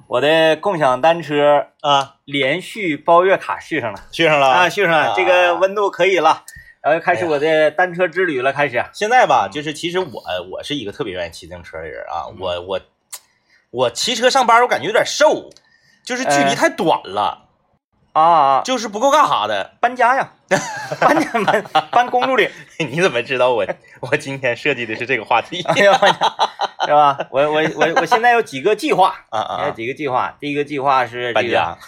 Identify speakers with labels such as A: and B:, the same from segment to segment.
A: 我的共享单车连续包月卡续上了，续上了，这个温度可以了，然后开始我的单车之旅了。开始
B: 现在吧，就是其实我是一个特别愿意骑自行车的人啊，我骑车上班，我感觉有点瘦，就是距离太短了。就是不够干啥的，
A: 搬家呀，搬公主岭。
B: 你怎么知道我今天设计的是这个话题？
A: 是吧？我现在有几个计划有几个计划。第一个计划是这个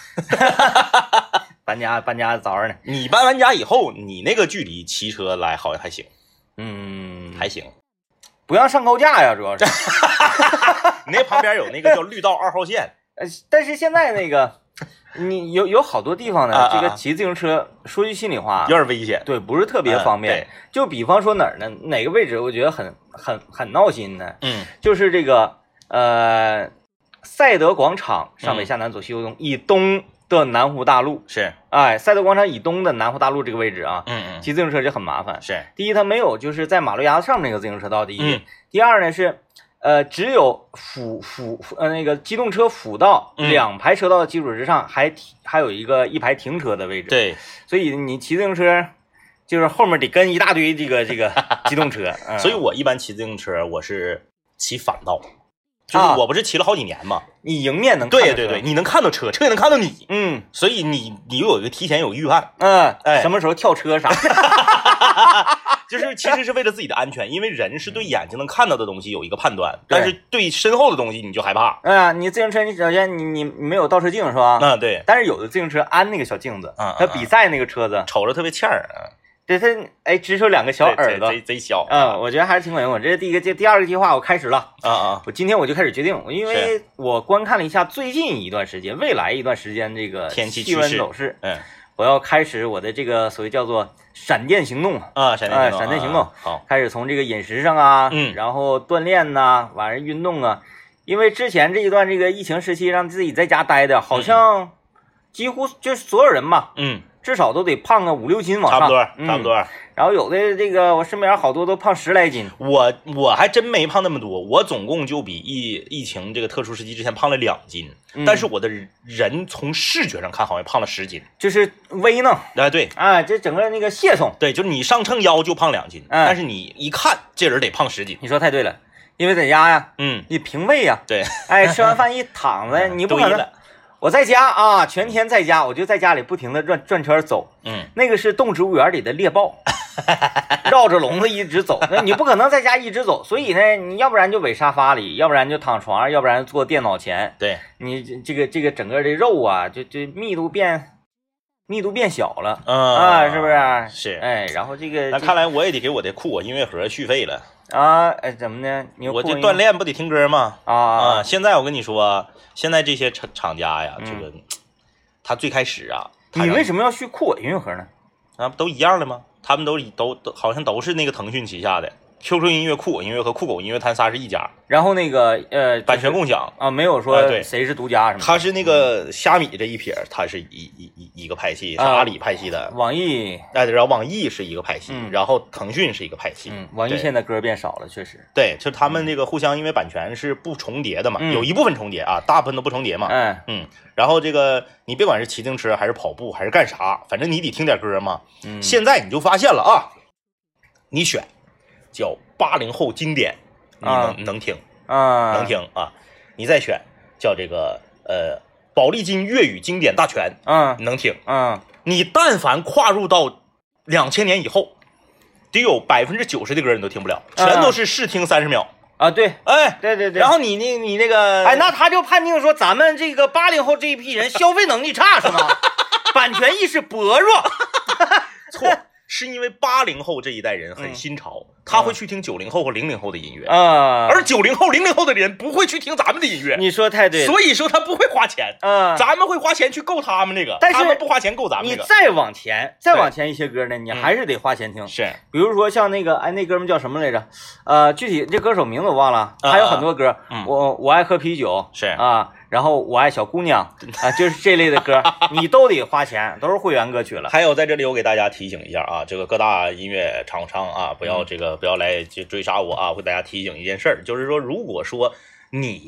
A: 搬家早上呢。
B: 你搬完家以后，你那个距离骑车来好像还行，还行，
A: 不让上高架呀，主要是。
B: 你那旁边有那个叫绿道2号线，
A: 但是现在那个。你有好多地方呢，这个骑自行车，说句心里话，
B: 有点危险，
A: 对，不是特别方便。就比方说哪儿呢？哪个位置我觉得很闹心呢？就是这个赛德广场上北下南左西右东以东的南湖大路
B: 是，
A: 赛德广场以东的南湖大路这个位置啊，骑自行车就很麻烦。
B: 是，
A: 第一，它没有就是在马路牙子上那个自行车道，第一，第二呢是。只有那个机动车辅道2排车道的基础之上，还有一排停车的位置。
B: 对，
A: 所以你骑自行车，就是后面得跟一大堆这个机动车。
B: 所以我一般骑自行车，我是骑反道，就是我不是骑了好几年嘛，
A: 你迎面能看到
B: 对，你能看到车也能看到你，所以你有一个提前有预判，
A: 什么时候跳车啥的。
B: 就是其实是为了自己的安全，因为人是对眼睛能看到的东西有一个判断，但是对身后的东西你就害怕。
A: 你自行车，你首先你没有倒车镜是吧？
B: 对。
A: 但是有的自行车安那个小镜子，它比赛那个车子
B: 瞅着特别欠儿。
A: 对，它只有2个小耳朵，
B: 贼小。
A: 我觉得还是挺管用。这是第二个计划，我开始了。我今天我就开始决定，因为我观看了一下最近一段时间、未来一段时间这个
B: 天气
A: 气温走势，我要开始我的这个所谓叫做闪电行动
B: 闪电行动。
A: 好，开始从这个饮食上然后锻炼晚上运动因为之前这一段这个疫情时期让自己在家待的，好像几乎就是所有人嘛，至少都得胖个5-6斤往上，
B: 差不多。
A: 然后有的这个我身边好多都胖10来斤，
B: 我还真没胖那么多，我总共就比疫情这个特殊时期之前胖了2斤，但是我的人从视觉上看好像胖了10斤，
A: 就是微呢。
B: 对
A: 这整个那个蟹松，
B: 对，就是你上称腰就胖2斤，但是你一看这人得胖10斤。
A: 你说太对了，因为在家呀，你平胃呀，
B: 对，
A: 吃完饭一躺着，你不可能。我在家全天在家，我就在家里不停的转圈走，那个是动植物园里的猎豹，绕着笼子一直走，那你不可能在家一直走，所以呢，你要不然就围沙发里，要不然就躺床上，要不然坐电脑前，
B: 对，
A: 你这个整个的肉就密度变小了，是不是？
B: 是，
A: 然后这个，
B: 那看来我也得给我的酷我音乐盒续费了
A: 怎么呢？
B: 我这锻炼不得听歌吗？现在我跟你说，现在这些厂家呀，这个他最开始
A: 你为什么要续酷我音乐盒呢？
B: 不都一样的吗？他们都好像都是那个腾讯旗下的。QQ 音乐、酷我音乐和酷狗音乐，它仨是一家。
A: 然后那个
B: 版权共享
A: 没有说谁是独家什么。
B: 它是那个虾米这一撇，它是一个派系，是阿里派系的。
A: 网易
B: 然后网易是一个派系，然后腾讯是一个派系。
A: 网易现在歌变少了，确实。
B: 对，就他们这个互相因为版权是不重叠的嘛，有一部分重叠大部分都不重叠嘛。然后这个你别管是骑自行车还是跑步还是干啥，反正你得听点歌嘛。现在你就发现了你选。叫80后经典，你能听能听你再选叫这个宝丽金粤语经典大全，能听你但凡跨入到2000年以后，得有90%的歌你都听不了，全都是试听30秒
A: 对，对。
B: 然后你那个
A: 那他就判定说咱们这个80后这一批人消费能力差是吗？版权意识薄弱。
B: 错。是因为80后这一代人很新潮，他会去听90后或00后的音乐而90后、00后的人不会去听咱们的音乐。
A: 你说太对了，
B: 所以说他不会花钱，咱们会花钱去够他们这个，
A: 但是
B: 他们不花钱够咱们这个。
A: 你再往前一些歌呢，你还是得花钱听。
B: 是，
A: 比如说像那个那哥们叫什么来着？具体这歌手名字我忘了，还有很多歌，我爱喝啤酒
B: 是
A: 然后我爱小姑娘就是这类的歌，你都得花钱，都是会员歌曲了。
B: 还有在这里我给大家提醒一下这个各大音乐厂商不要来追杀我会给大家提醒一件事儿，就是说如果说你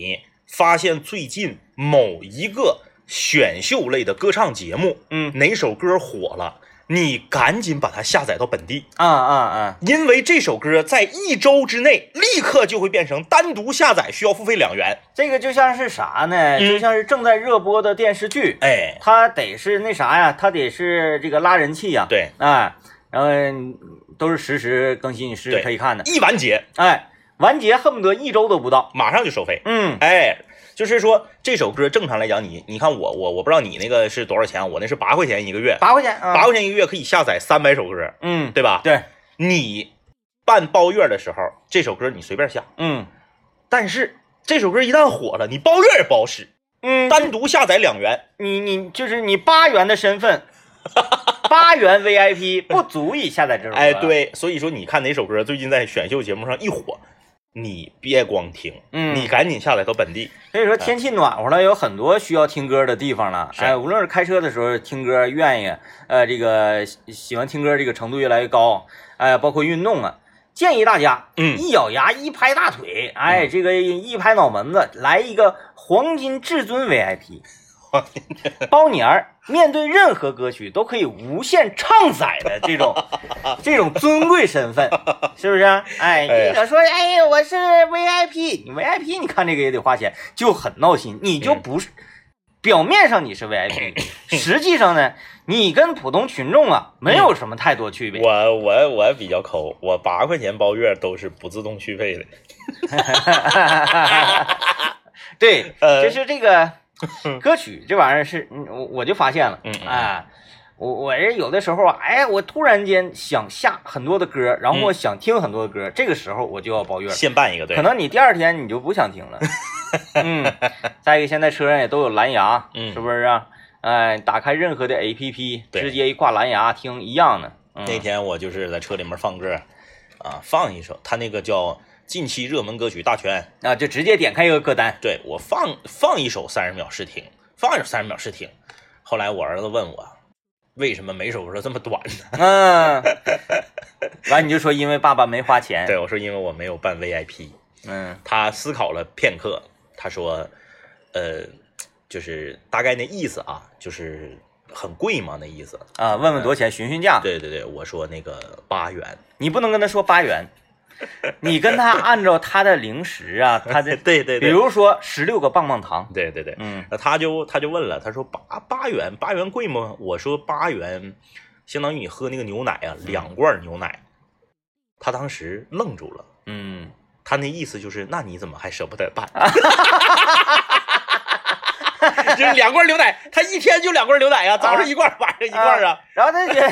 B: 发现最近某一个选秀类的歌唱节目，哪首歌火了，你赶紧把它下载到本地因为这首歌在1周之内立刻就会变成单独下载需要付费2元。
A: 这个就像是啥呢？就像是正在热播的电视剧，它得是那啥呀，它得是这个拉人气呀，
B: 对，
A: 然后都是实时更新，实时可以看的。
B: 一完结，
A: 完结恨不得1周都不到，
B: 马上就收费。就是说这首歌正常来讲，你看我不知道你那个是多少钱，我那是8块钱一个月
A: ，8块钱
B: ，8块钱一个月可以下载300首歌，对吧？
A: 对，
B: 你办包月的时候，这首歌你随便下，但是这首歌一旦火了，你包月也不好使，单独下载2元，
A: 你就是你8元的身份。8元 VIP 不足以下载这首歌。
B: 对，所以说你看哪首歌最近在选秀节目上一火，你别光听，你赶紧下载到本地。
A: 所以说天气暖和了，有很多需要听歌的地方了。无论是开车的时候听歌愿意，这个喜欢听歌这个程度越来越高，包括运动啊，建议大家，一咬牙一拍大腿，这个一拍脑门子，来一个黄金至尊 VIP。包年儿，面对任何歌曲都可以无限畅载的这种尊贵身份，是不是？你想说，我是 VIP， 你 VIP， 你看这个也得花钱，就很闹心。你就不是，表面上你是 VIP， 实际上呢，你跟普通群众啊没有什么太多区别。
B: 我比较抠，我8块钱包月都是不自动续费的。
A: 对，就是这个。歌曲这玩意儿是，我就发现了，我这有的时候我突然间想下很多的歌，然后我想听很多的歌，这个时候我就要包月，
B: 现办一个，对，
A: 可能你第2天你就不想听了，再一个现在车上也都有蓝牙，是不是啊？打开任何的 APP， 直接一挂蓝牙听一样的。
B: 那天我就是在车里面放歌，放一首，他那个叫近期热门歌曲大全
A: 就直接点开一个歌单。
B: 对，我放一首30秒试听，放一首30秒试听。后来我儿子问我，为什么每首歌都这么短
A: 呢？完你就说因为爸爸没花钱。
B: 对，我说因为我没有办 VIP。他思考了片刻，他说，就是大概那意思啊，就是很贵吗？那意思
A: 问问多少钱，询询价。
B: 对对对，我说那个8元，
A: 你不能跟他说8元。你跟他按照他的零食啊，他的
B: 对，比
A: 如说16个棒棒糖，
B: 对，他就问了，他说8元贵吗？我说8元相当于你喝那个牛奶啊，2罐牛奶。他当时愣住了，他那意思就是那你怎么还舍不得办？就是2罐牛奶，他一天就2罐牛奶啊，早上1罐，晚上1罐啊。
A: 然后他就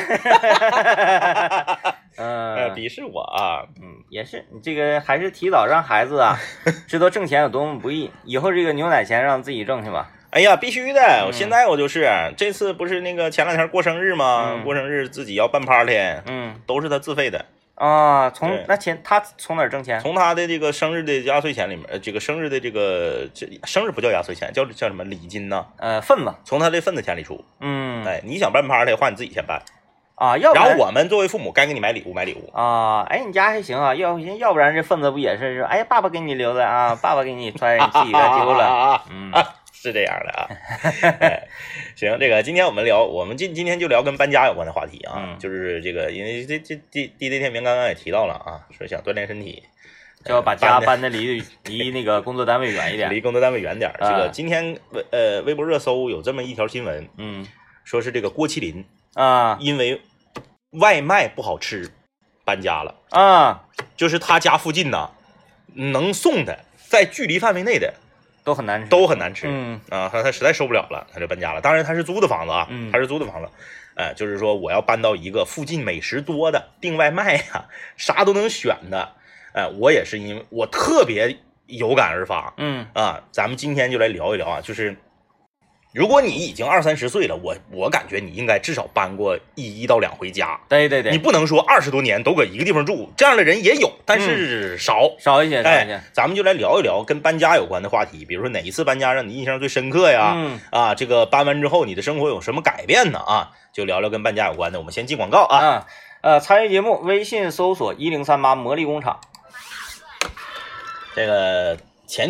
B: 鄙视我啊。
A: 也是，你这个还是提早让孩子啊知道挣钱有多么不易，以后这个牛奶钱让自己挣去吧。
B: 哎呀，必须的！我现在我就是这次不是那个前2天过生日吗？过生日自己要办 party，都是他自费的。
A: 那钱他从哪儿挣钱？
B: 从他的这个生日的压岁钱里面，这个生日的生日不叫压岁钱，叫什么礼金呢？
A: 份子，
B: 从他的份子钱里出。你想办 party 的话，你自己先办
A: 要不然
B: 然后我们作为父母该给你买礼物
A: 你家还行啊，要不然这份子不也是爸爸给你留的啊，爸爸给你穿，你自己给丢了。
B: 是这样的啊。行，这个今天我们今天就聊跟搬家有关的话题啊，就是这个因为这DJ 天明刚刚也提到了啊，说想锻炼身体，
A: 就要把家搬的离那个工作单位远一点，
B: 离工作单位远点。这个今天微博热搜有这么一条新闻，说是这个郭麒麟因为外卖不好吃搬家了就是他家附近呢能送的在距离范围内的
A: 都很难吃，
B: 他实在受不了了，他就搬家了。当然他是租的房子啊，就是说我要搬到一个附近美食多的，订外卖啊啥都能选的。我也是因为我特别有感而发，咱们今天就来聊一聊啊，就是如果你已经20-30岁了，我感觉你应该至少搬过1到2回家。
A: 对，
B: 你不能说20多年都搁一个地方住，这样的人也有，但是少
A: 一些。
B: 咱们就来聊一聊跟搬家有关的话题，比如说哪一次搬家让你印象最深刻呀？这个搬完之后你的生活有什么改变呢？就聊聊跟搬家有关的。我们先进广告啊。
A: 参与节目微信搜索1038魔力工厂。
B: 这个前天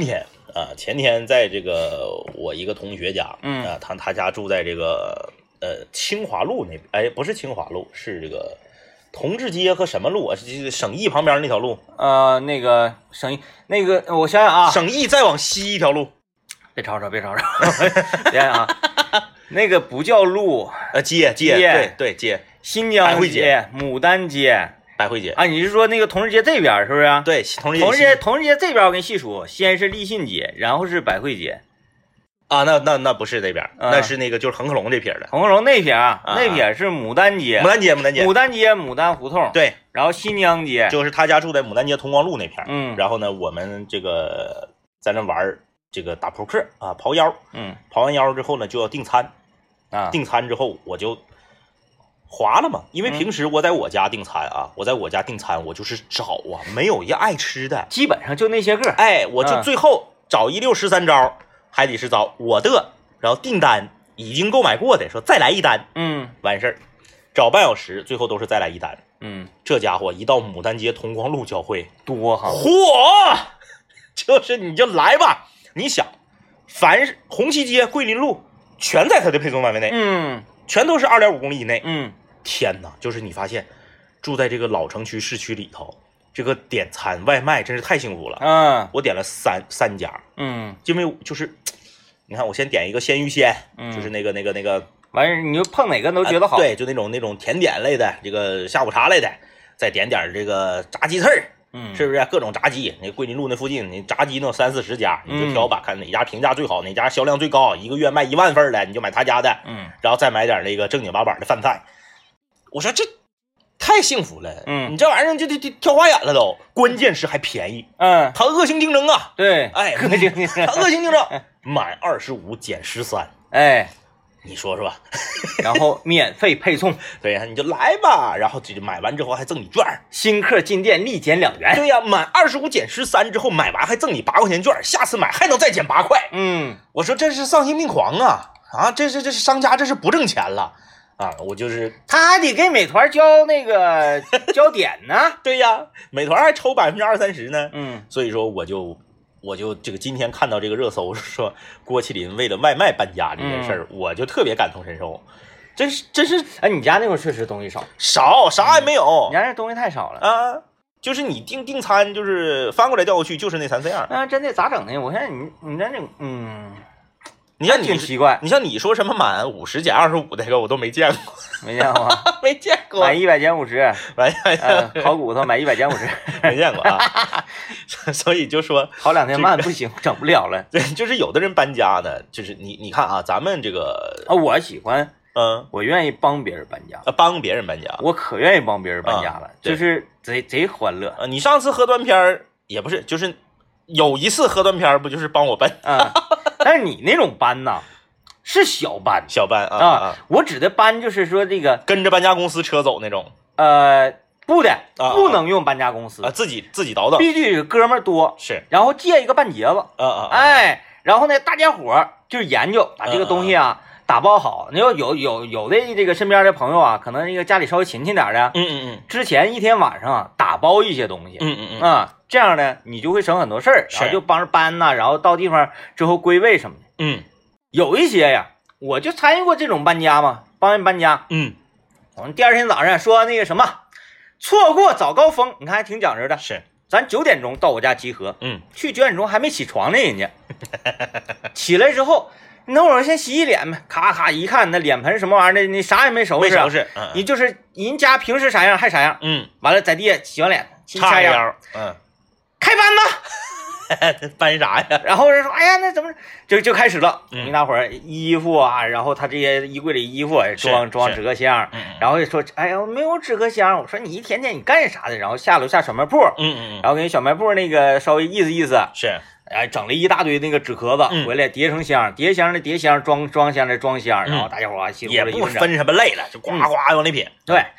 B: 前天在这个我一个同学家，他家住在这个清华路那边，哎，不是清华路，是这个同治街和什么路啊？是省艺旁边那条路。
A: 那个省艺，那个我想想啊，
B: 省艺再往西一条路。
A: 别吵，别啊，那个不叫路，
B: 街，对街，
A: 新疆街、牡丹街、
B: 百汇街
A: 啊。你是说那个同治街这边是不是？
B: 对，同
A: 治街这边我给你细数，先是立信街，然后是百汇街。
B: 啊，那不是那边，那是那个就是恒客隆这撇的。
A: 恒客隆那撇那撇是牡丹街，牡丹胡同。
B: 对，
A: 然后新疆街
B: 就是他家住在牡丹街同光路那片。然后呢，我们这个在那玩这个打扑克啊，刨腰。刨完腰之后呢，就要订餐啊。订餐之后我就划了嘛，因为平时我在我家订餐啊，我就是找啊，没有一爱吃的，
A: 基本上就那些个。
B: 哎，我就最后找一溜13招。海底是找我的，然后订单已经购买过的，说再来一单，完事儿，找半小时，最后都是再来一单，这家伙一到牡丹街同光路交汇
A: 多哈，
B: 嚯，就是你就来吧，你想，凡是红旗街、桂林路全在它的配送范围内，全都是2.5公里以内，天哪，就是你发现住在这个老城区市区里头。这个点餐外卖真是太幸福了，我点了三家，因为就是你看我先点一个鲜芋仙，就是那个
A: 完事你就碰哪个都觉得好，
B: 对，就那种甜点类的，这个下午茶类的，再点点这个炸鸡翅，是不是各种炸鸡？那桂林路那附近，你炸鸡能有30-40家，你就挑吧，看哪家评价最好，哪家销量最高，一个月卖1万份的，你就买他家的，然后再买点那个正经八板的饭菜。我说这太幸福了，你这玩意儿就挑花眼了都，关键是还便宜，它恶性竞争啊，
A: 对，
B: 哎，恶性竞争，满25减13，
A: 哎，
B: 你说是吧？
A: 然后免费配送，
B: 对呀，你就来吧，然后买完之后还赠你券，
A: 新客进店立减2元，
B: 对呀，满25减13之后买完还赠你8块钱券，下次买还能再减8块，我说这是丧心病狂啊，这是商家这是不挣钱了。我就是
A: 他还得给美团交那个交点呢，
B: 对呀，美团还抽20-30%呢，所以说我就这个今天看到这个热搜说郭麒麟为了外卖搬家这件事儿，我就特别感同身受，真是，
A: 哎，你家那会儿确实东西少，
B: 啥也没有，
A: 你家这东西太少了
B: 啊，就是你订餐就是翻过来调过去就是那3-4样，
A: 真的咋整呢？我看你这
B: 你像
A: 挺奇怪，
B: 你像你说什么满50减25那个我都没见过，
A: 没见过，
B: 没见过，
A: 满100减50，烤骨头买100减50，
B: 没见过啊。所以就说
A: 烤2天慢不行，整不了了。
B: 对，就是有的人搬家呢，就是你看啊，咱们这个
A: 我喜欢，我愿意帮别人搬家，
B: 帮别人搬家，
A: 我可愿意帮别人搬家了，就是贼欢乐。
B: 你上次喝断片也不是，就是有一次喝断片不就是帮我搬
A: 但是你那种搬呐，是小搬
B: 啊，
A: 我指的搬就是说这个
B: 跟着搬家公司车走那种，
A: 不的，不能用搬家公司
B: 自己倒腾，
A: 必须是哥们儿多，
B: 是，
A: 然后借一个半截子，哎，然后呢，大家伙就是研究把这个东西打包好。你要有的这个身边的朋友啊，可能这个家里稍微勤勤点的，之前一天晚上打包一些东西，这样呢，你就会省很多事儿，然后就帮着搬呐，然后到地方之后归位什么的。有一些呀，我就参与过这种搬家嘛，帮人搬家。我们第二天早上说那个什么，错过早高峰，你看还挺讲究的。
B: 是，
A: 咱9点钟到我家集合。去9点钟还没起床呢，人家起来之后，你等会儿先洗洗脸呗，咔咔一看那脸盆什么玩意儿的，你啥也没收拾，你就是人家平时啥样还啥样。完了在地下洗完脸，
B: 叉腰，
A: 开搬吧，
B: 搬啥呀？
A: 然后人说，哎呀，那怎么就开始了？一大伙儿衣服啊，然后他这些衣柜里衣服装纸壳箱，然后说，哎呀，没有纸壳箱。我说你一天天你干啥的？然后下楼下小卖铺，然后给小卖铺那个稍微意思，
B: 是，
A: 哎，整了一大堆那个纸壳子回来叠成箱，叠箱的叠箱，装箱的装箱，然后大家伙稀里糊涂
B: 也不分什么类了，就呱呱往里撇。
A: 对。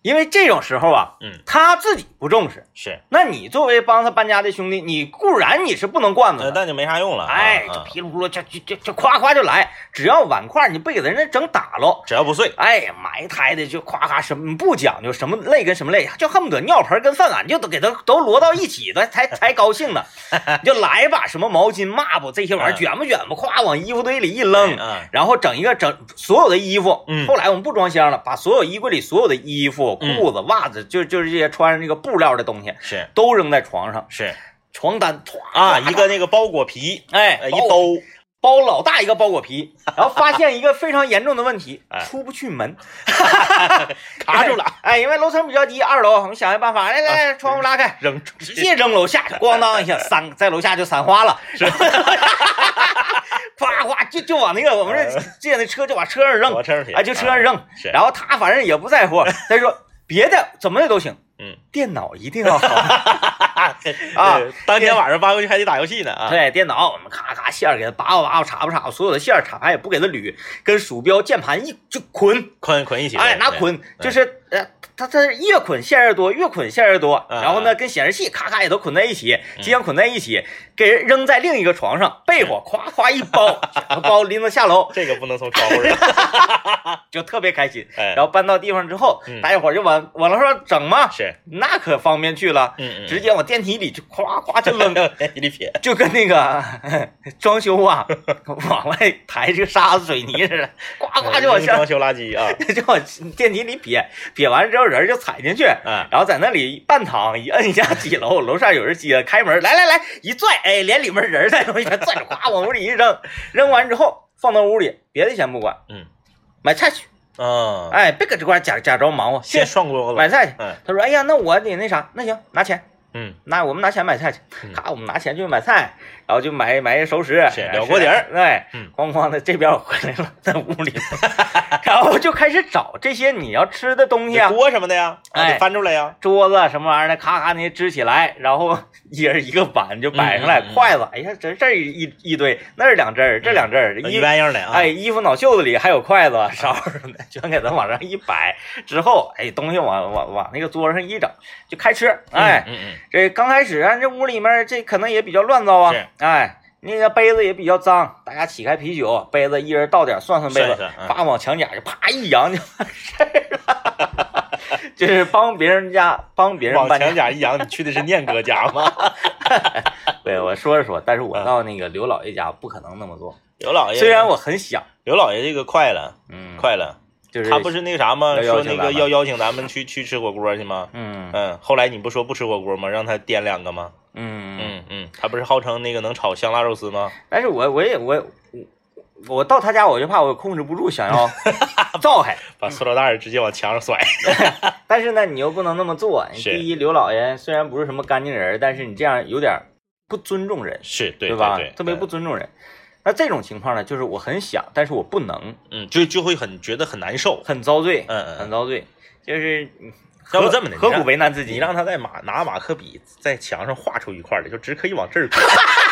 A: 因为这种时候啊，他自己不重视，
B: 是，
A: 那你作为帮他搬家的兄弟，你固然你是不能惯着
B: 那就没啥用了。
A: 哎，这噼里扑噜，这夸夸就来，只要碗筷你不给人家整打了，
B: 只要不碎，
A: 哎，买台的就夸夸什么不讲究，什么类跟什么类，就恨不得尿盆跟饭碗就都给他都摞到一起的才高兴呢。你就来吧，什么毛巾、抹布这些玩意儿卷吧，夸往衣服堆里一扔，然后整所有的衣服。后来我们不装箱了，把所有衣柜里所有的衣服、裤子、袜子，就是这些穿上那个布料的东西，
B: 是
A: 都扔在床上，
B: 是
A: 床单
B: 一个那个包裹皮，一
A: 包老大一个包裹皮，然后发现一个非常严重的问题，出不去门，
B: 卡住了。
A: 哎，因为楼层比较低，2楼，我们想个办法，来，窗户拉开，直接扔楼下，咣当一下，在楼下就散花了，是，夸夸就往那个我们这借的车就往车上扔，哎，就车上扔，然后他反正也不在乎，他说别的怎么的都行。电脑一定要好
B: 啊！当天晚上搬回去还得打游戏呢啊！
A: 对，电脑我们咔咔线给它拔拔插吧，所有的线插也不给它捋，跟鼠标键盘就捆
B: 一起，
A: 哎，拿捆就是它越捆线越多，越捆线越多，然后呢跟显示器咔咔也都捆在一起，机箱捆在一起，给人扔在另一个床上，被窝夸夸一包，包拎着下楼，
B: 这个不能从窗户上，
A: 就特别开心。然后搬到地方之后，大家伙就往楼上整嘛，
B: 是
A: 那可方便去了，直接往电梯里就夸夸就扔，
B: 电梯里撇，
A: 就跟那个装修啊往外抬这个沙子水泥似的，夸夸就往下
B: 装修垃圾啊，
A: 就往电梯里撇完之后人就踩进去，然后在那里半躺一摁一下几楼，楼上有人接开门，来一拽，哎，连里面人在那一拽着，夸往屋里一扔，扔完之后放到屋里，别的先不管，买菜去。哎，别搁这块假装忙活，
B: 先涮锅子
A: 买菜去。他说：“哎呀，那我得那啥，那行，拿钱。
B: 那
A: 我们拿钱买菜去。咔，我们拿钱去买菜，然后就买熟食，
B: 了锅底儿。
A: 对，哐哐的这边我回来了，在屋里，然后就开始找这些你要吃的东西啊，
B: 锅什么的呀，得翻出来呀，
A: 桌子什么玩意儿的，咔咔那些支起来，然后一人一个碗就摆上来，筷子，哎呀，这一堆，那是2针，这2针，
B: 一般样的啊，
A: 哎，衣服脑袖子里还有筷子、勺什么的，全给它往上一摆，之后，哎，东西往那个桌上一整，就开吃，哎，这刚开始这屋里面这可能也比较乱糟啊，哎，那个杯子也比较脏，大家起开啤酒，杯子一人倒点，算杯子，啪往墙角就啪一扬就完事儿了，就是帮别人
B: 往墙角一扬，你去的是念哥家吗？
A: 对，我说是说，但是我到那个刘老爷家不可能那么做。
B: 刘老爷
A: 虽然我很想，
B: 刘老爷这个快了，快了。
A: 就是
B: 他不是那个啥吗？说那个要邀请咱们去吃火锅去吗？后来你不说不吃火锅吗？让他点2个吗？他不是号称那个能炒香辣肉丝吗？
A: 但是我到他家我就怕我控制不住，想要造害，
B: 把塑料袋直接往墙上甩。
A: 但是呢，你又不能那么做。第一，刘老爷虽然不是什么干净人，但是你这样有点不尊重人，
B: 对
A: 吧？特别不尊重人。那这种情况呢，就是我很想，但是我不能，
B: 就会觉得很难受，
A: 很遭罪，很遭罪，就是
B: 要不这么的，
A: 何苦为难自己？
B: 你让他拿马克笔在墙上画出一块来，就只可以往这儿搁。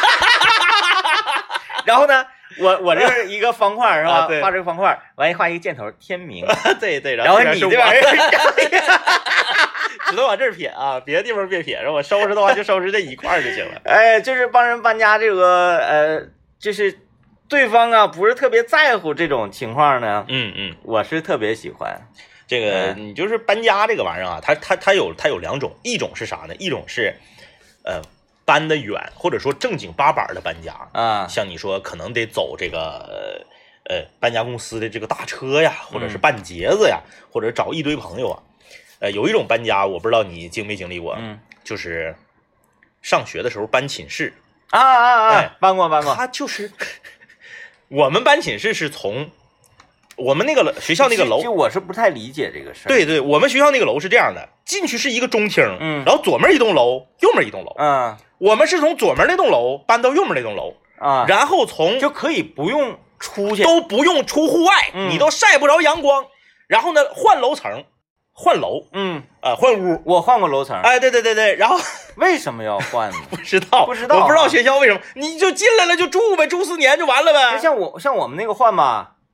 A: 然后呢，我这是一个方块是吧？画这个方块，完一画一个箭头，天明。
B: 对，
A: 然后你这玩意儿。
B: 只能往这儿撇啊，别的地方别撇。让我收拾的话，就收拾这一块就行了。
A: 哎，就是帮人搬家这个就是对方啊不是特别在乎这种情况呢。我是特别喜欢
B: 这个。你就是搬家这个玩意儿啊，它有2种，一种是啥呢？一种是搬得远，或者说正经八板的搬家啊，像你说可能得走这个搬家公司的这个大车呀，或者是办节子呀，或者找一堆朋友啊。有一种搬家，我不知道你经没经历过，就是上学的时候搬寝室
A: 搬过。
B: 他就是我们搬寝室是从我们那个学校那个楼，
A: 就我是不太理解这个事儿。
B: 对，我们学校那个楼是这样的，进去是一个中厅，然后左面一栋楼，右面一栋楼，我们是从左面那栋楼搬到右面那栋楼然后
A: 就可以不用出去，
B: 都不用出户外，你都晒不着阳光，然后呢换楼层。换楼，换屋，
A: 我换过楼层，
B: 哎，对，然后
A: 为什么要换呢？
B: 不知道，我不知道学校为什么，你就进来了就住呗，住4年就完了呗。
A: 像我们那个换吧，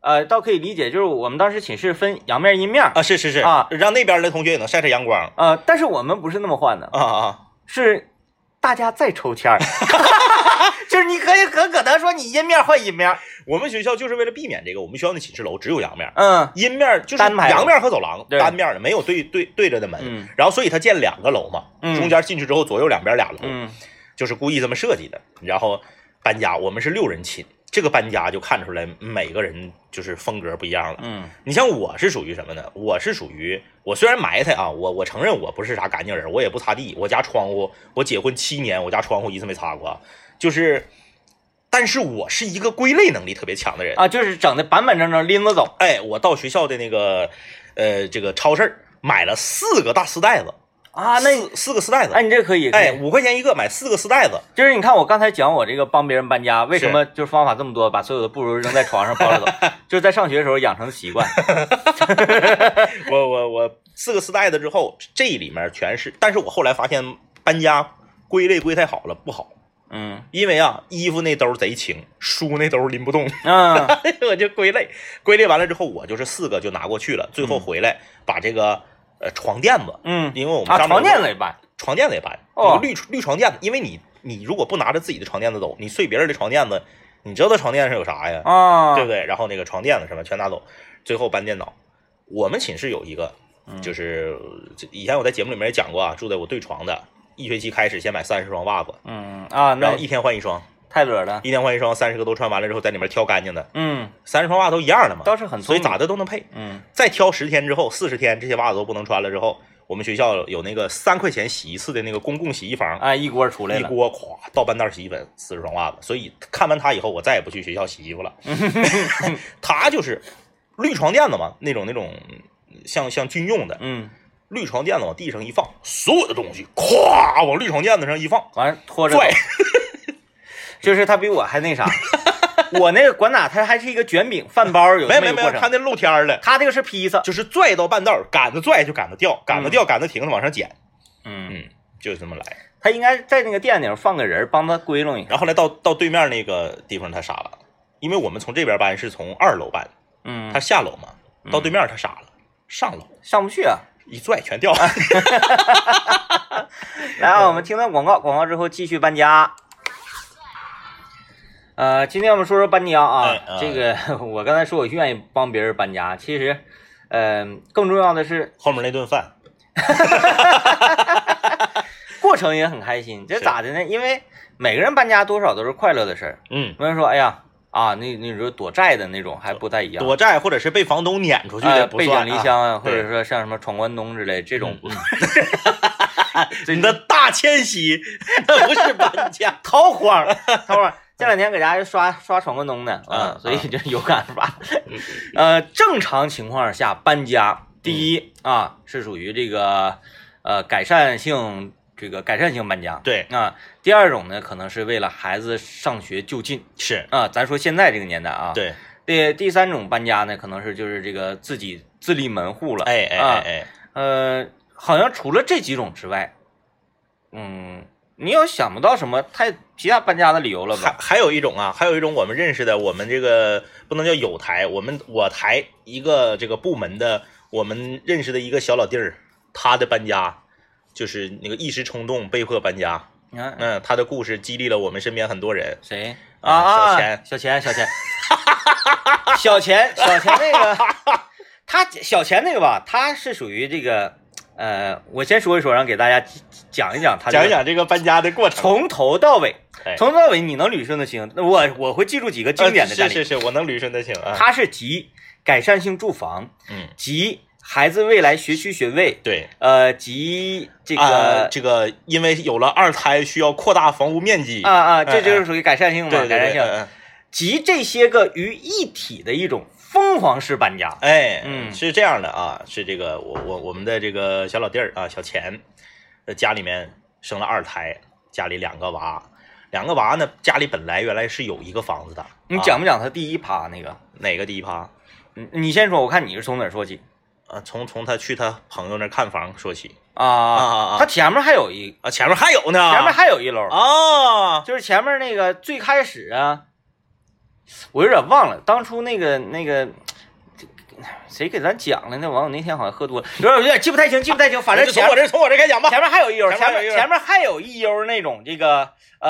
A: 倒可以理解，就是我们当时寝室分阳面阴面
B: 啊，是啊，让那边的同学也能晒晒阳光
A: 但是我们不是那么换的是大家再抽签儿，就是你可以很可能说你阴面换阴面。
B: 我们学校就是为了避免这个，我们学校的寝室楼只有阳面，阴面就是
A: 阳
B: 面和走廊单面的，没有对着的门，然后所以他建2个楼嘛，中间进去之后左右两边2楼，就是故意这么设计的。然后搬家，我们是6人寝，这个搬家就看出来每个人就是风格不一样了。你像我是属于什么呢？我是属于我虽然埋汰啊，我承认我不是啥干净人，我也不擦地，我家窗户我结婚7年，我家窗户一次没擦过，就是。但是我是一个归类能力特别强的人
A: 啊，就是整的板板正正拎着走。
B: 哎，我到学校的那个这个超市买了4个大丝带子
A: 啊，那
B: 4个丝带子，
A: 哎，你这可以，
B: 哎，5块钱一个，买4个丝带子。
A: 就是你看我刚才讲我这个帮别人搬家，为什么就是方法这么多，把所有的布扔在床上抱着走，就是在上学的时候养成的习惯。
B: 我4个丝带子之后，这里面全是，但是我后来发现搬家归类归太好了不好。因为啊，衣服那兜贼轻，书那兜拎不动，我就归类完了之后，我就是4个就拿过去了，最后回来把这个床垫子，因为我们
A: 床垫子也搬，
B: 绿床垫子，因为你如果不拿着自己的床垫子走，你睡别人的床垫子，你知道他床垫上有啥呀？对不对？然后那个床垫子什么全拿走，最后搬电脑。我们寝室有一个，就是以前我在节目里面也讲过啊，住在我对床的。1学期开始先买30双袜子，然后一天换1双，
A: 太乐了。
B: 一天换1双，30个都穿完了之后，在里面挑干净的，30双袜都一样的嘛，
A: 倒是很聪
B: 明，所以咋的都能配。再挑10天之后，40天这些袜子都不能穿了之后，我们学校有那个3块钱洗一次的那个公共洗衣房，
A: 一锅出来了，
B: 一锅咵倒半袋洗衣粉，40双袜子。所以看完它以后，我再也不去学校洗衣服了。它就是绿床垫子嘛，那种像军用的，绿床垫子往地上一放，所有的东西咵往绿床垫子上一放，
A: 完拖着
B: 拽，
A: 就是他比我还那啥。我那个管打，它还是一个卷饼饭包，有
B: 没有，他那露天的，
A: 他这个是披萨，
B: 就是拽到半道，杆子拽就杆子掉，杆子掉杆子停着往上捡，就是这么来。
A: 他应该在那个店顶放个人帮他归拢一下。
B: 然后后来到对面那个地方他傻了，因为我们从这边搬是从2楼搬，他下楼嘛，到对面他傻了，上楼
A: 上不去啊。
B: 一拽全掉。
A: 来，我们听段广告之后继续搬家。今天我们说说搬家啊，这个我刚才说我愿意帮别人搬家，其实，更重要的是
B: 后面那顿饭，
A: 过程也很开心。这咋的呢？因为每个人搬家多少都是快乐的事儿。有人说，哎呀。那说躲债的那种还不太一样，
B: 躲债或者是被房东撵出去的不算，
A: 背井离乡啊，或者说像什么闯关东之类这种。
B: 你的大迁徙不是搬家，
A: 逃荒。这2天搁家刷闯关东的所以就有感吧。正常情况下搬家，第一是属于这个改善性搬家，
B: 对
A: 第二种呢，可能是为了孩子上学就近，
B: 是
A: 咱说现在这个年代啊，
B: 对。
A: 第三种搬家呢，可能是就是这个自己自立门户了，好像除了这几种之外，你又想不到什么其他搬家的理由了吧？
B: 还有一种我们认识的，我们这个不能叫有台，我台一个这个部门的，我们认识的一个小老弟儿，他的搬家就是那个一时冲动被迫搬家。他的故事激励了我们身边很多人。
A: 谁小钱小钱那个，小钱那个吧，他是属于这个我先说一说，让给大家讲一讲他
B: 讲一讲这个搬家的过程，
A: 从头到尾你能捋顺得清。我会记住几个经典的案例。
B: 是，我能捋顺得清啊。
A: 他是集改善性住房，集孩子未来学区学位，
B: 对，
A: 及这
B: 个因为有了2胎需要扩大房屋面积
A: 这就是属于改善性嘛，
B: 对
A: 改善性，集这些个于一体的一种疯狂式搬家。
B: 是这样的啊，是这个我们的这个小老弟儿啊，小钱，家里面生了2胎，家里2个娃呢，家里本来原来是有一个房子的。
A: 你讲不讲他第一趴那个？
B: 哪个第一趴？
A: 你先说，我看你是从哪说起。
B: 从他去他朋友那看房说起
A: 他前面还有
B: 前面还有呢，
A: 前面还有1楼
B: 啊，
A: 就是前面那个最开始我有点忘了当初那个谁给咱讲了？那网友那天好像喝多了，有点记不太清，反正
B: 从我这开讲吧。
A: 前面还有一悠，前面还有一悠那种这个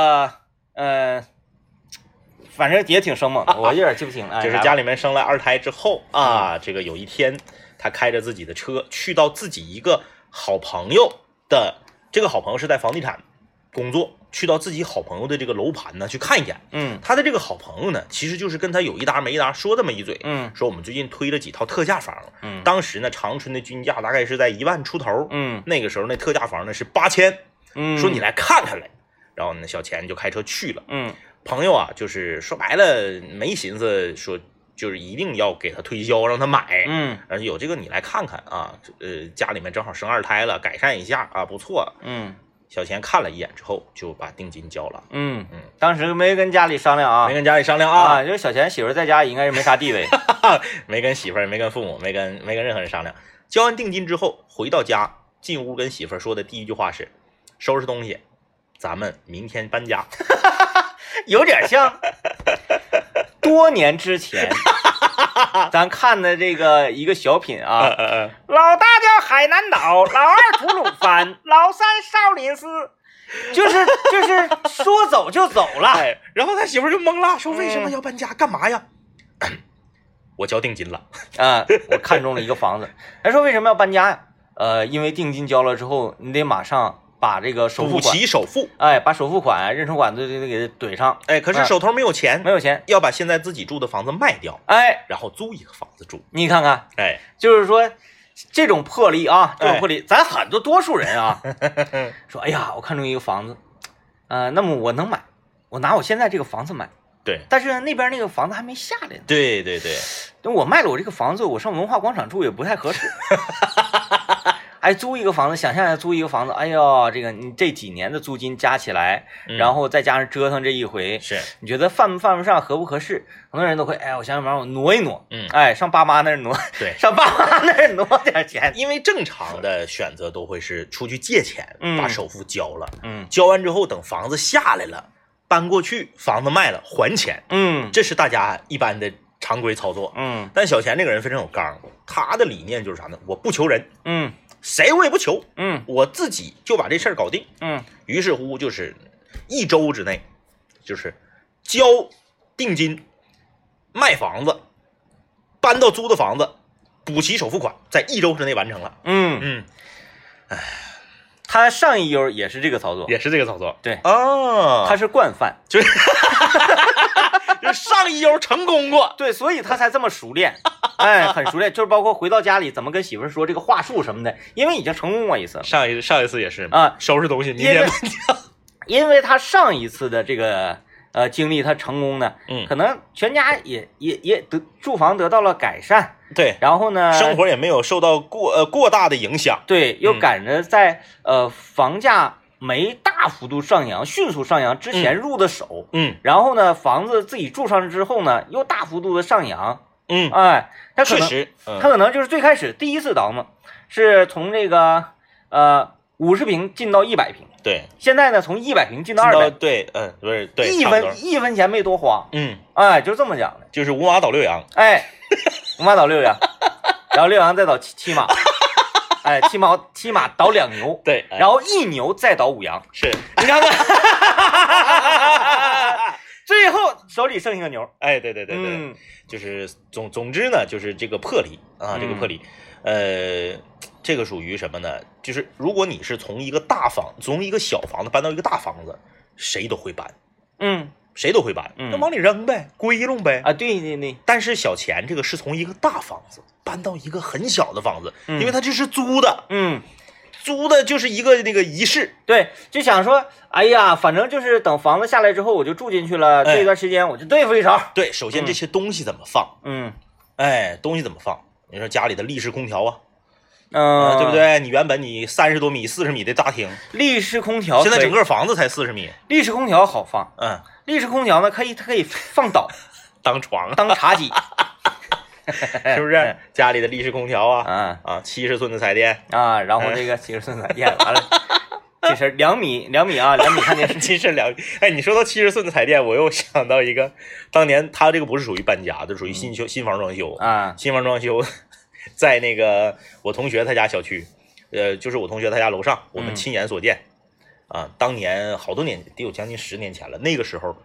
A: 反正也挺生猛的，我有点记不清了。
B: 就是家里面生了2胎之后啊，这个有一天他开着自己的车去到自己一个好朋友的，这个好朋友是在房地产工作，去到自己好朋友的这个楼盘呢去看一眼。他的这个好朋友呢，其实就是跟他有一搭没一搭说这么一嘴，说我们最近推了几套特价房，当时呢长春的均价大概是在1万出头，那个时候那特价房呢是8000，说你来看看来，然后呢小钱就开车去了，朋友啊就是说白了没寻思说就是一定要给他推销让他买，然后有这个你来看看啊，家里面正好生2胎了，改善一下啊，不错，小钱看了一眼之后就把定金交了。
A: 当时没跟家里商量啊，就是小钱媳妇在家应该是没啥地位，
B: 没跟媳妇儿，没跟父母，没跟任何人商量。交完定金之后回到家，进屋跟媳妇儿说的第一句话是：收拾东西，咱们明天搬家。
A: 有点像多年之前咱看的这个一个小品啊，老大叫海南岛，老二吐鲁番，老三少林寺，就是说走就走了。
B: 然后他媳妇就懵了，说为什么要搬家，干嘛呀？我交定金了
A: 我看中了一个房子。他说为什么要搬家呀？因为定金交了之后，你得马上把这个首付款
B: 补齐首付，
A: 把首付款、认筹款都给怼上。
B: 可是手头没有钱，要把现在自己住的房子卖掉，然后租一个房子住。
A: 你看看，就是说这种魄力啊，咱很多数人啊，说哎呀，我看中一个房子，那么我能买，我拿我现在这个房子买。
B: 对，
A: 但是那边那个房子还没下来呢。
B: 对，
A: 等我卖了我这个房子，我上文化广场住也不太合适。租一个房子，想象一下租一个房子，哎呦，这个你这几年的租金加起来，然后再加上折腾这一回，
B: 是
A: 你觉得犯不上，合不合适？很多人都会，我想想我挪一挪，上爸妈那儿挪，
B: 对，
A: 上爸妈那儿挪点钱，
B: 因为正常的选择都会是出去借钱，把首付交了，交完之后等房子下来了，搬过去，房子卖了还钱，这是大家一般的常规操作，但小钱这个人非常有刚，他的理念就是啥呢？我不求人，谁我也不求，我自己就把这事儿搞定，于是乎就是1周之内，就是交定金、卖房子、搬到租的房子、补齐首付款，在1周之内完成了。
A: 他上一优也是这个操作，对他是惯犯，
B: 就是上一优成功过，
A: 对，所以他才这么熟练。很熟练，就是包括回到家里怎么跟媳妇说这个话术什么的，因为已经成功过一次了。
B: 上一次也是收拾东西，明天搬家。
A: 因为他上一次的这个经历，他成功呢，可能全家也住房得到了改善，
B: 对，
A: 然后呢，
B: 生活也没有受到过大的影响，
A: 对，又赶着在房价没大幅度上扬、迅速上扬之前入的手，然后呢，房子自己住上之后呢，又大幅度的上扬。他可能就是最开始第一次倒腾是从这个50平进到100平，
B: 对，
A: 现在呢从100平进到200，
B: 对，不是对，
A: 一分钱没多花，就这么讲的，
B: 就是5马倒6羊
A: ，5马倒6羊，然后6羊再倒7马，七马倒2牛，
B: 对，
A: 然后1牛再倒5羊，
B: 是，
A: 你看看。最后手里剩一个牛，
B: 对，就是总之呢，就是这个魄力啊，这个魄力，这个属于什么呢？就是如果你是从一个小房子搬到一个大房子，谁都会搬，谁都会搬，那往里扔呗，归拢呗，
A: 对。
B: 但是小钱这个是从一个大房子搬到一个很小的房子，因为它这是租的，租的就是一个那个仪式，
A: 对，就想说，哎呀，反正就是等房子下来之后，我就住进去了，这段时间我就对付一手。
B: 对，首先这些东西怎么放？东西怎么放？你说家里的立式空调啊，对不对？你原本你30多米、40米的大厅，
A: 立式空调，
B: 现在整个房子才40米，
A: 立式空调好放，立式空调呢，它可以放倒，
B: 当床、
A: 当茶几。
B: 是不是家里的立式空调啊？70寸的彩电
A: 啊，然后这个70寸彩电完了， 近视2米啊，2米看电视，
B: 近视2米。哎，你说到70寸的彩电，我又想到一个，当年他这个不是属于搬家，这属于新房装修
A: 啊，
B: 新房装修，在那个我同学他家小区，就是我同学他家楼上，我们亲眼所见。当年好多年，得有将近10年前了。那个时候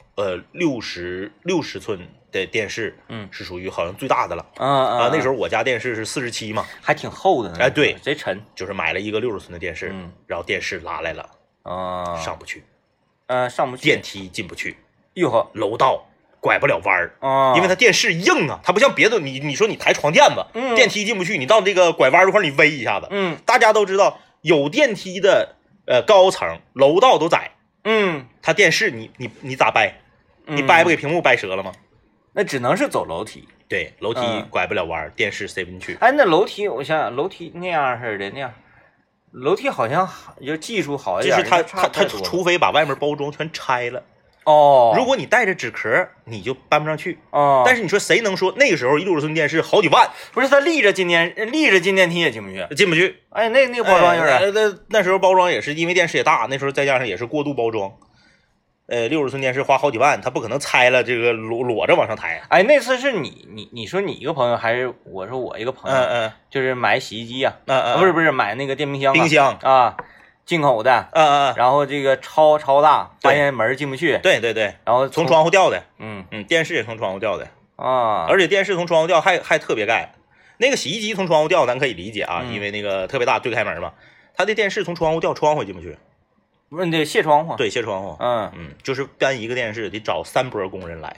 B: ，60寸的电视，是属于好像最大的了。那时候我家电视是47嘛，
A: 还挺厚的。
B: 哎，对，
A: 贼沉。
B: 就是买了一个60寸的电视，然后电视拉来了，上不去，
A: 上不去，
B: 电梯进不去，
A: 哟呵，
B: 楼道拐不了弯儿，因为它电视硬啊，它不像别的，你说你抬床垫子，电梯进不去，你到这个拐弯这块你微一下子，大家都知道有电梯的。高层楼道都窄，它电视你咋掰？你掰不给屏幕掰折了吗？
A: 那只能是走楼梯，
B: 对，楼梯拐不了弯，电视塞不进去。
A: 哎，那楼梯我想想，楼梯那样似的那样，楼梯好像就技术好一点，
B: 就是它除非把外面包装全拆了。如果你带着纸壳，你就搬不上去。但是你说谁能说那个时候60寸电视好几万？
A: 不是，它立着进电梯也进不去，
B: 进不去。
A: 哎，那个包装有点，
B: 那时候包装也是因为电视也大，那时候再加上也是过度包装。60寸电视花好几万，它不可能拆了这个裸着往上抬。
A: 哎，那次是你说你一个朋友还是我说我一个朋友？就是买洗衣机呀，不是买那个电冰箱啊。进口的，然后这个超大，发现门进不去，
B: 对，
A: 然后
B: 从窗户掉的，电视也从窗户掉的而且电视从窗户掉还特别盖，那个洗衣机从窗户掉咱可以理解啊，因为那个特别大对开门嘛，他的电视从窗户掉，窗户也进不去，
A: 不是你得卸窗户，
B: 对，卸窗户，就是搬一个电视得找3波工人来，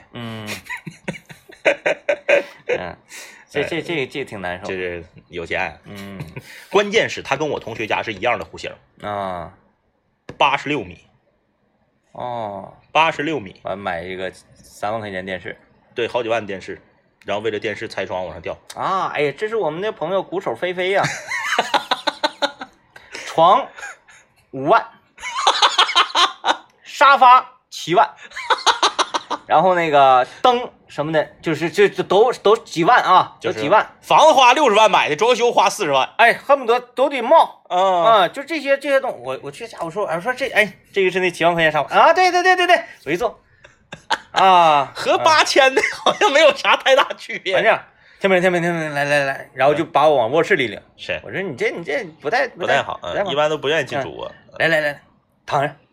A: 这挺难受，
B: 这是有钱，关键是他跟我同学家是一样的户型，86米，86米，
A: 完买一个3万块钱电视，
B: 对，好几万电视，然后为了电视拆窗往上吊
A: 哎呀，这是我们的朋友鼓手飞飞呀，床5万，沙发7万，然后那个灯什么的，就是都几万啊，就几万。
B: 房子花60万买的，装修花40万，
A: 哎，恨不得都得冒就这些东西，我去家我说这个是那7万块钱沙发啊，对，我一坐
B: 和8000的好像没有啥太大区别。
A: 反正天明来，然后就把我往卧室里领。
B: 是，
A: 我说你这不太好，
B: 一般都不愿意进主卧。
A: 来，躺着。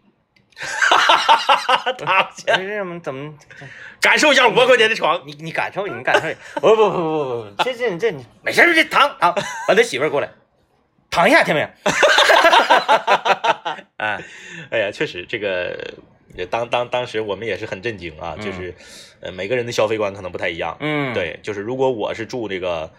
B: 躺下，
A: 怎么
B: 感受一下5万块钱的床？
A: 你感受，不，这没事，这躺，把他媳妇儿过来，躺一下，天明。
B: 哎呀，确实这个当时我们也是很震惊啊，就是每个人的消费观可能不太一样。对，就是如果我是住这个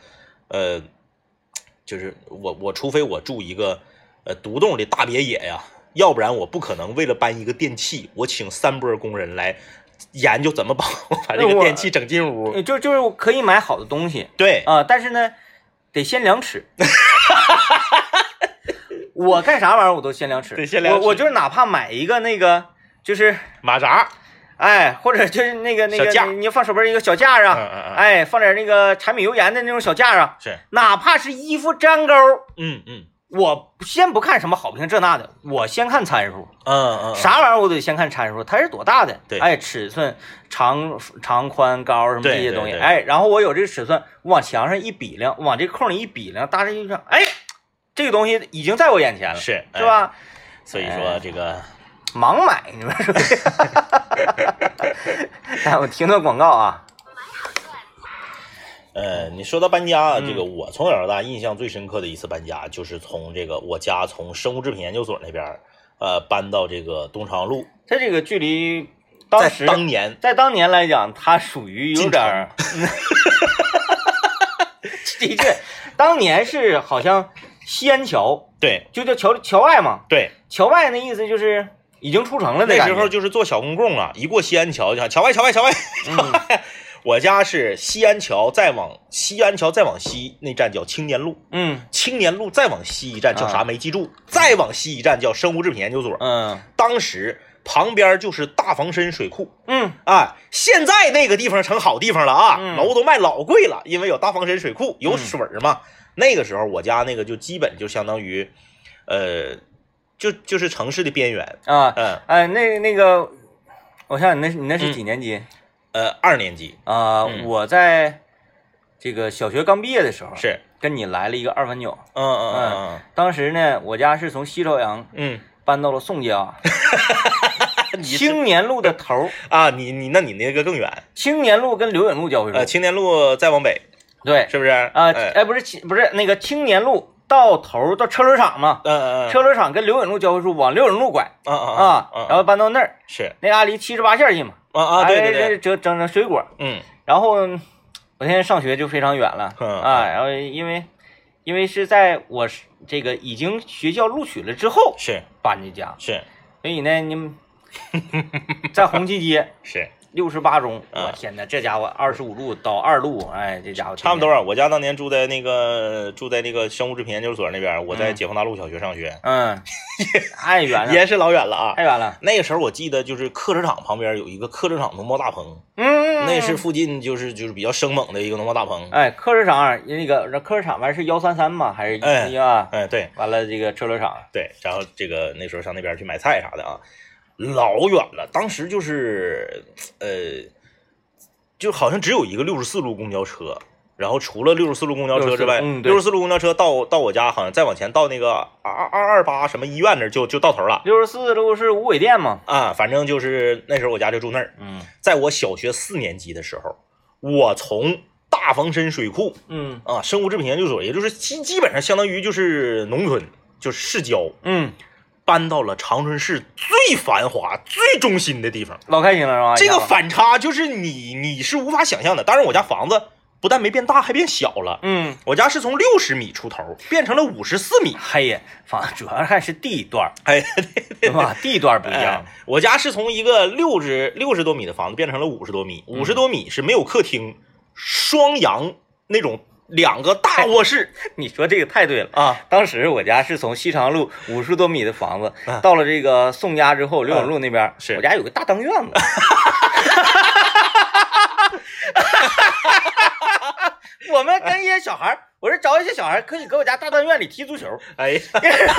B: 就是我除非我住一个独栋的大别野呀。要不然我不可能为了搬一个电器，我请3波工人来研究怎么把这个电器整进屋。
A: 就是可以买好的东西，
B: 对
A: 但是呢，得先量尺。我干啥玩意儿我都先量尺，
B: 得先量尺。
A: 我就是哪怕买一个那个就是
B: 马扎，
A: 哎，或者就是那个你放手边一个小架啊，哎，放点那个柴米油盐的那种小架啊，
B: 是，
A: 哪怕是衣服粘钩，我先不看什么好评这那的，我先看参数。啥玩意儿我得先看参数，它是多大的？
B: 对，
A: 哎，尺寸、长宽高什么这些东西，
B: 对
A: 哎，然后我有这个尺寸，往墙上一比量，往这个空里一比量，大致一上，哎，这个东西已经在我眼前了，
B: 是
A: 吧？
B: 所以说这个
A: 盲买，你们说？哎，我听段广告啊。
B: 你说到搬家，这个我从小到大印象最深刻的一次搬家，就是从这个我家从生物制品研究所那边搬到这个东长路。
A: 它这个距离在当年来讲，它属于有点的确，当年是好像西安桥，
B: 对，
A: 就叫桥外嘛，
B: 对，
A: 桥外那意思就是已经出城了。
B: 那时候就是坐小公共啊，一过西安桥就桥外。我家是西安桥，再往西那站叫青年路，青年路再往西一站叫啥没记住，再往西一站叫生物制品研究所，当时旁边就是大房参水库，现在那个地方成好地方了啊，楼都卖老贵了，因为有大房参水库，有水嘛。那个时候我家那个就基本就相当于， 就是城市的边缘
A: 啊。那个，我想你那是几年级
B: ？2年级
A: 啊。我在这个小学刚毕业的时候
B: 是
A: 跟你来了一个2分9。当时呢，我家是从西朝阳搬到了宋家。青年路的头
B: 啊，你那个更远。
A: 青年路跟刘允路交汇处。
B: 青年路再往北，
A: 对，
B: 是不是？
A: 不是那个青年路到头到车轮厂嘛。车轮厂跟刘允路交汇处往刘允路拐。然后搬到那儿。
B: 是
A: 那家离78线近嘛。对，整水果。然后我现在上学就非常远了。然后因为是在我这个已经学校录取了之后
B: 是
A: 搬的家。
B: 是，
A: 所以呢，你们在红旗街
B: 是
A: 68中，我天哪，这家伙25路到2路，哎，这家伙
B: 差不多啊。我家当年住在那个生物制品研究所那边，我在解放大路小学上学。
A: 太远了，
B: 也是老远了啊，
A: 太远了。
B: 那个时候我记得就是客车厂旁边有一个客车厂农贸大棚，那是附近就是比较生猛的一个农贸大棚。
A: 客车厂那个客车厂完是133嘛，还是1啊？
B: 对，
A: 完了这个车轮厂，
B: 对，然后这个那时候上那边去买菜啥的啊。老远了，当时就是就好像只有一个64路公交车，然后除了64路公交车之外，64路公交车到我家，好像再往前到那个228什么医院那儿就到头了。
A: 64路是无轨店嘛？
B: 反正就是那时候我家就住那儿。在我小学4年级的时候，我从大房参水库，生物制品研究所，也就是基本上相当于就是农村，就是市郊，搬到了长春市最繁华、最中心的地方，
A: 老开心了是吧？
B: 这个反差就是你是无法想象的。当然，我家房子不但没变大，还变小了。我家是从60米出头变成了54米。
A: 嘿呀，房主要还是地段，对吧？地段不一样。
B: 我家是从一个60多米的房子变成了50多米，50多米是没有客厅，双阳那种。2个大卧室，
A: 你说这个太对了啊！当时我家是从西长路50多米的房子，到了这个宋家之后，刘永路那边，我家有个大当院子。我们跟一些小孩，我是找一些小孩可以搁我家大当院里踢足球。
B: 哎呀，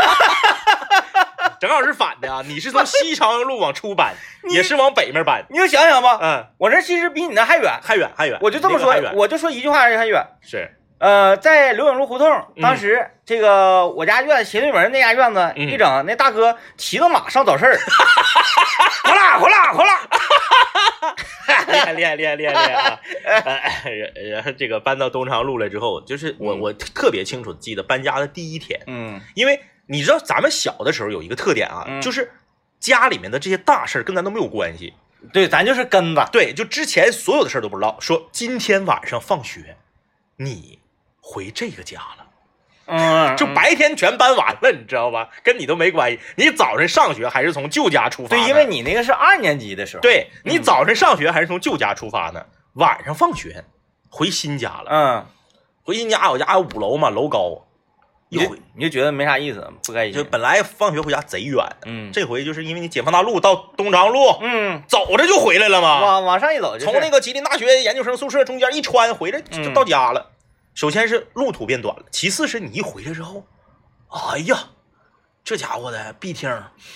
B: 正好是反的啊！你是从西朝阳路往出搬，也是往北面搬。
A: 你就想想吧，我这其实比你那还远，
B: 还远。
A: 我就这么说，我就说一句话，还远。
B: 是。
A: 在刘永路胡同，当时这个我家院斜对门那家院子一整，那大哥骑着马上早市，哗啦，厉害啊！
B: 然后这个搬到东长路了之后，就是我特别清楚记得搬家的第一天，因为你知道咱们小的时候有一个特点啊，就是家里面的这些大事跟咱都没有关系，
A: 对，咱就是根子，
B: 对，就之前所有的事都不知道，说今天晚上放学，你回这个家了，就白天全搬完了，你知道吧？跟你都没关系。你早晨上学还是从旧家出发？
A: 对，因为你那个是2年级的时候。
B: 对，你早晨上学还是从旧家出发呢？晚上放学回新家了。回新家，我家5楼嘛，楼高，一回
A: 你就觉得没啥意思，不开心。
B: 就本来放学回家贼远，这回就是因为你解放大路到东长路，走着就回来了嘛。
A: 往上一走，
B: 从那个吉林大学研究生宿舍中间一穿，回来就到家了。首先是路途变短了，其次是你一回来之后，哎呀，这家伙的壁厅，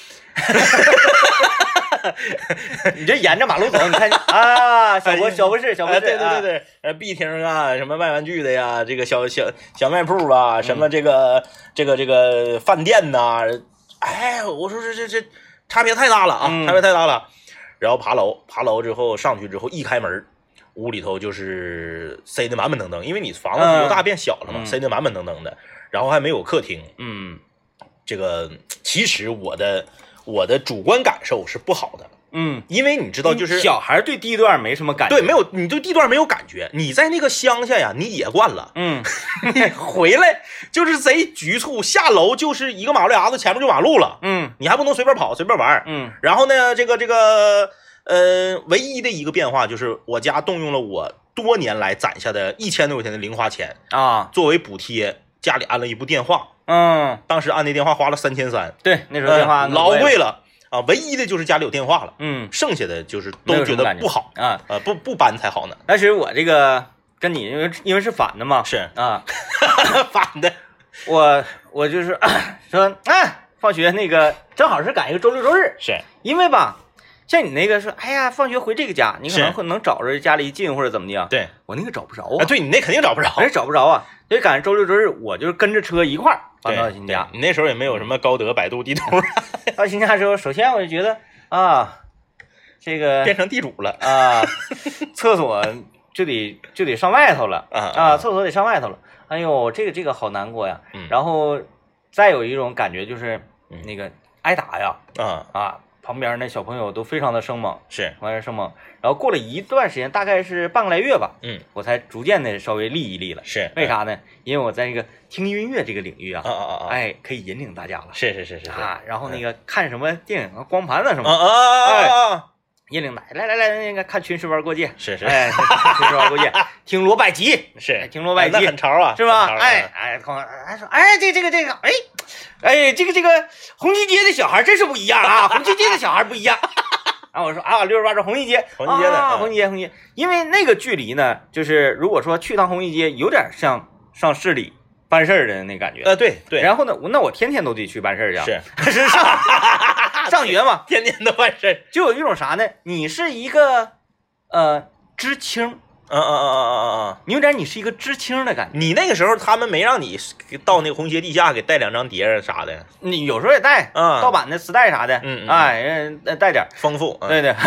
A: 你这沿着马路走，你看啊，小博士，
B: 对，壁厅啊，什么卖玩具的呀，这个小卖铺啊，什么这个饭店呐，哎，我说这差别太大了啊，差别太大了。然后爬楼之后上去之后一开门。屋里头就是塞得满满登登，因为你房子由大变小了嘛，塞得满满登登的，然后还没有客厅。这个其实我的主观感受是不好的。因为你知道，就是
A: 小孩对地段没什么感觉，
B: 对，没有，你对地段没有感觉。你在那个乡下呀，你野惯了，你回来就是贼局促，下楼就是一个马路牙子，前面就马路了，你还不能随便跑随便玩，然后呢，这个。唯一的一个变化就是我家动用了我多年来攒下的1000多块钱的零花钱
A: 啊，
B: 作为补贴，家里安了一部电话。当时按那电话花了3300。
A: 对，那时候电话
B: 老贵了啊。唯一的就是家里有电话了。剩下的就是都觉得不好
A: 啊。
B: 不搬才好呢。
A: 但是我这个跟你因为是反的嘛。
B: 是
A: 啊，
B: 反的。
A: 我就是说放学那个正好是赶一个周六周日，
B: 是
A: 因为吧，像你那个说，哎呀，放学回这个家，你可能会能找着家里近或者怎么的。
B: 对，
A: 我那个找不着啊。
B: 对你那肯定找不着，
A: 找不着啊。所以赶上周六周日，我就是跟着车一块儿搬到新家。
B: 你那时候也没有什么高德、百度地图。
A: 到新家的时候，首先我就觉得啊，这个
B: 变成地主了
A: 啊，厕所就得上外头了厕所得上外头了。哎呦，这个好难过呀。然后再有一种感觉就是那个挨打呀，旁边那小朋友都非常的生猛，然后过了一段时间，大概是半个来月吧，我才逐渐的稍微立一立了。
B: 是
A: 为啥呢？因为我在这个听音乐这个领域啊，哎，可以引领大家了。
B: 是
A: 然后那个看什么电影啊、光盘啊什么引领来，那个看《群尸玩过界》哎，群尸玩过界，听罗百吉听罗百吉，
B: 那很潮啊，
A: 是吧？说这个红旗街的小孩真是不一样啊，红旗街的小孩不一样。然后我说68是红旗街红旗街，因为那个距离呢，就是如果说去趟红旗街，有点像上市里办事儿的那感觉。
B: 对。
A: 然后呢，那我天天都得去办事儿去，
B: 是
A: 上学嘛，
B: 天天都办事儿，
A: 就有一种啥呢？你是一个知青。你有点你是一个知青的感觉。
B: 你那个时候他们没让你到那个红鞋地下给带2张碟啥的，
A: 你有时候也带盗版的磁带啥的，带点
B: 丰富，
A: 对，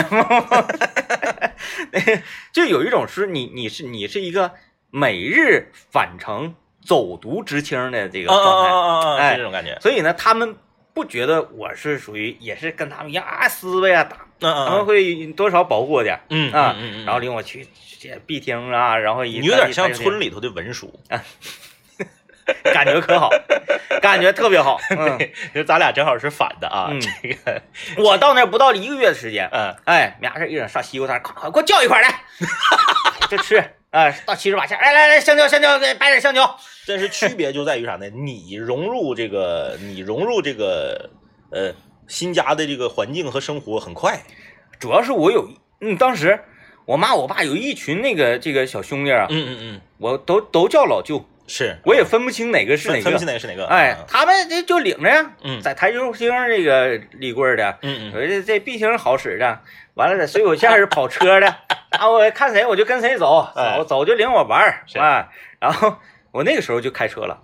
A: 就有一种是你是一个每日返程走读知青的这个状态，
B: 这种感觉。
A: 所以呢，他们不觉得我是属于也是跟他们一样撕呗打，他们会多少保护我点，然后领我去必听啊，然后
B: 你有点像村里头的文书
A: 感觉可好，感觉特别好。
B: 就咱俩正好是反的啊。这个
A: 我到那不到1个月的时间，没啥事，一整上西瓜摊，快给我叫一块来，就吃。到70把线，来香蕉，给摆点香蕉。
B: 但是区别就在于啥呢？你融入这个新家的这个环境和生活很快。
A: 主要是我有当时我妈我爸有一群这个小兄弟啊，我都叫老舅，我也分不清哪个是哪个，哎，他们就领着呀，在台球厅这个立棍的，这必星好使的，完了在水果线是跑车的，我看谁我就跟谁走就领我玩然后我那个时候就开车了。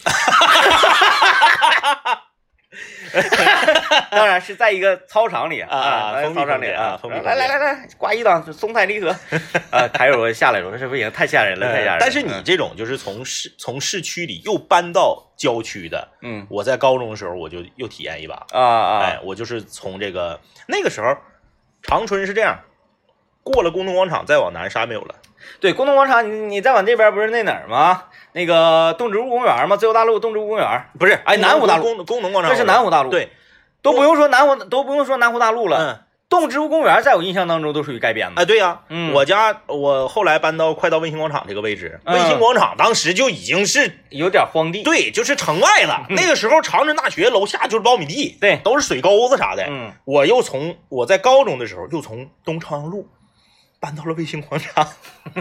A: 当然是在一个操场里操场里来挂一档松菜离合开着我下来了，这不已经太吓人了，太吓人了。
B: 但是你这种就是从市区里又搬到郊区的，我在高中的时候我就又体验一把我就是从这个那个时候长春是这样，过了工农广场再往南啥没有了。
A: 对，工农广场你再往这边不是那哪儿吗？那个动植物公园吗？自由大陆动植物公园不是？南湖大陆
B: 工农广场，
A: 这是南湖大陆。
B: 对，
A: 都不用说南湖大陆了。动植物公园在我印象当中都属于该编的。
B: 对呀，我后来搬到快到卫星广场这个位置，卫星广场当时就已经是
A: 有点荒地，
B: 对，就是城外了。那个时候长春大学楼下就是苞米地，
A: 对，
B: 都是水沟子啥的。我在高中的时候又从东朝阳路搬到了卫星广场。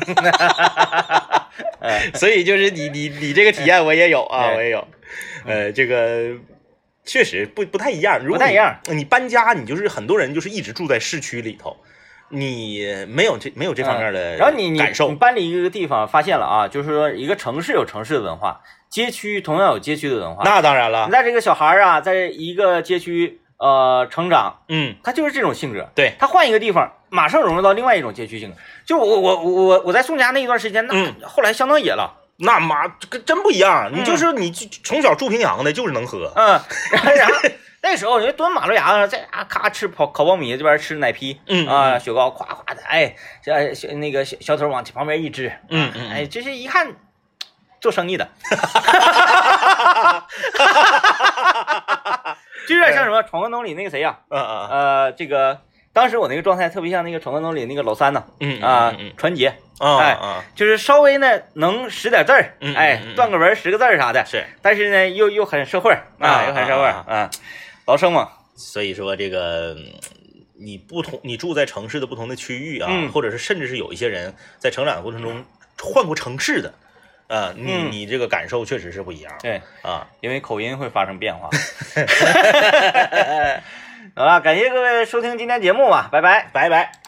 B: 所以就是你这个体验我也有啊，我也有。这个确实不太一样，
A: 不太一样。
B: 你搬家，你就是很多人就是一直住在市区里头，你没有这方面的
A: 然后你
B: 感受。
A: 你搬离一个地方，发现了啊，就是说一个城市有城市的文化，街区同样有街区的文化。
B: 那当然了，
A: 你在这个小孩啊，在一个街区成长，他就是这种性格。
B: 对，
A: 他换一个地方，马上融入到另外一种街区性格。就我在宋家那一段时间，那后来相当野了。
B: 那妈真不一样，你就是你从小住平阳的，就是能喝。
A: 然后那时候你蹲马路牙子，在咔吃烤苞米，这边吃奶皮，雪糕，夸夸的，哎，那个小头往旁边一支，哎，就是一看做生意的，就有点像什么《闯关东》里那个谁呀？这个当时我那个状态特别像那个《闯关东》里那个老三呢，传杰。就是稍微呢能识点字儿，断个文10个字啥的，
B: 是，
A: 但是呢又很社会又很社会老生嘛。
B: 所以说这个你住在城市的不同的区域啊，或者是甚至是有一些人在成长的过程中换过城市的， 你这个感受确实是不一样。
A: 对
B: 啊，
A: 因为口音会发生变化。好了，感谢各位收听今天节目吧，拜拜，
B: 拜拜。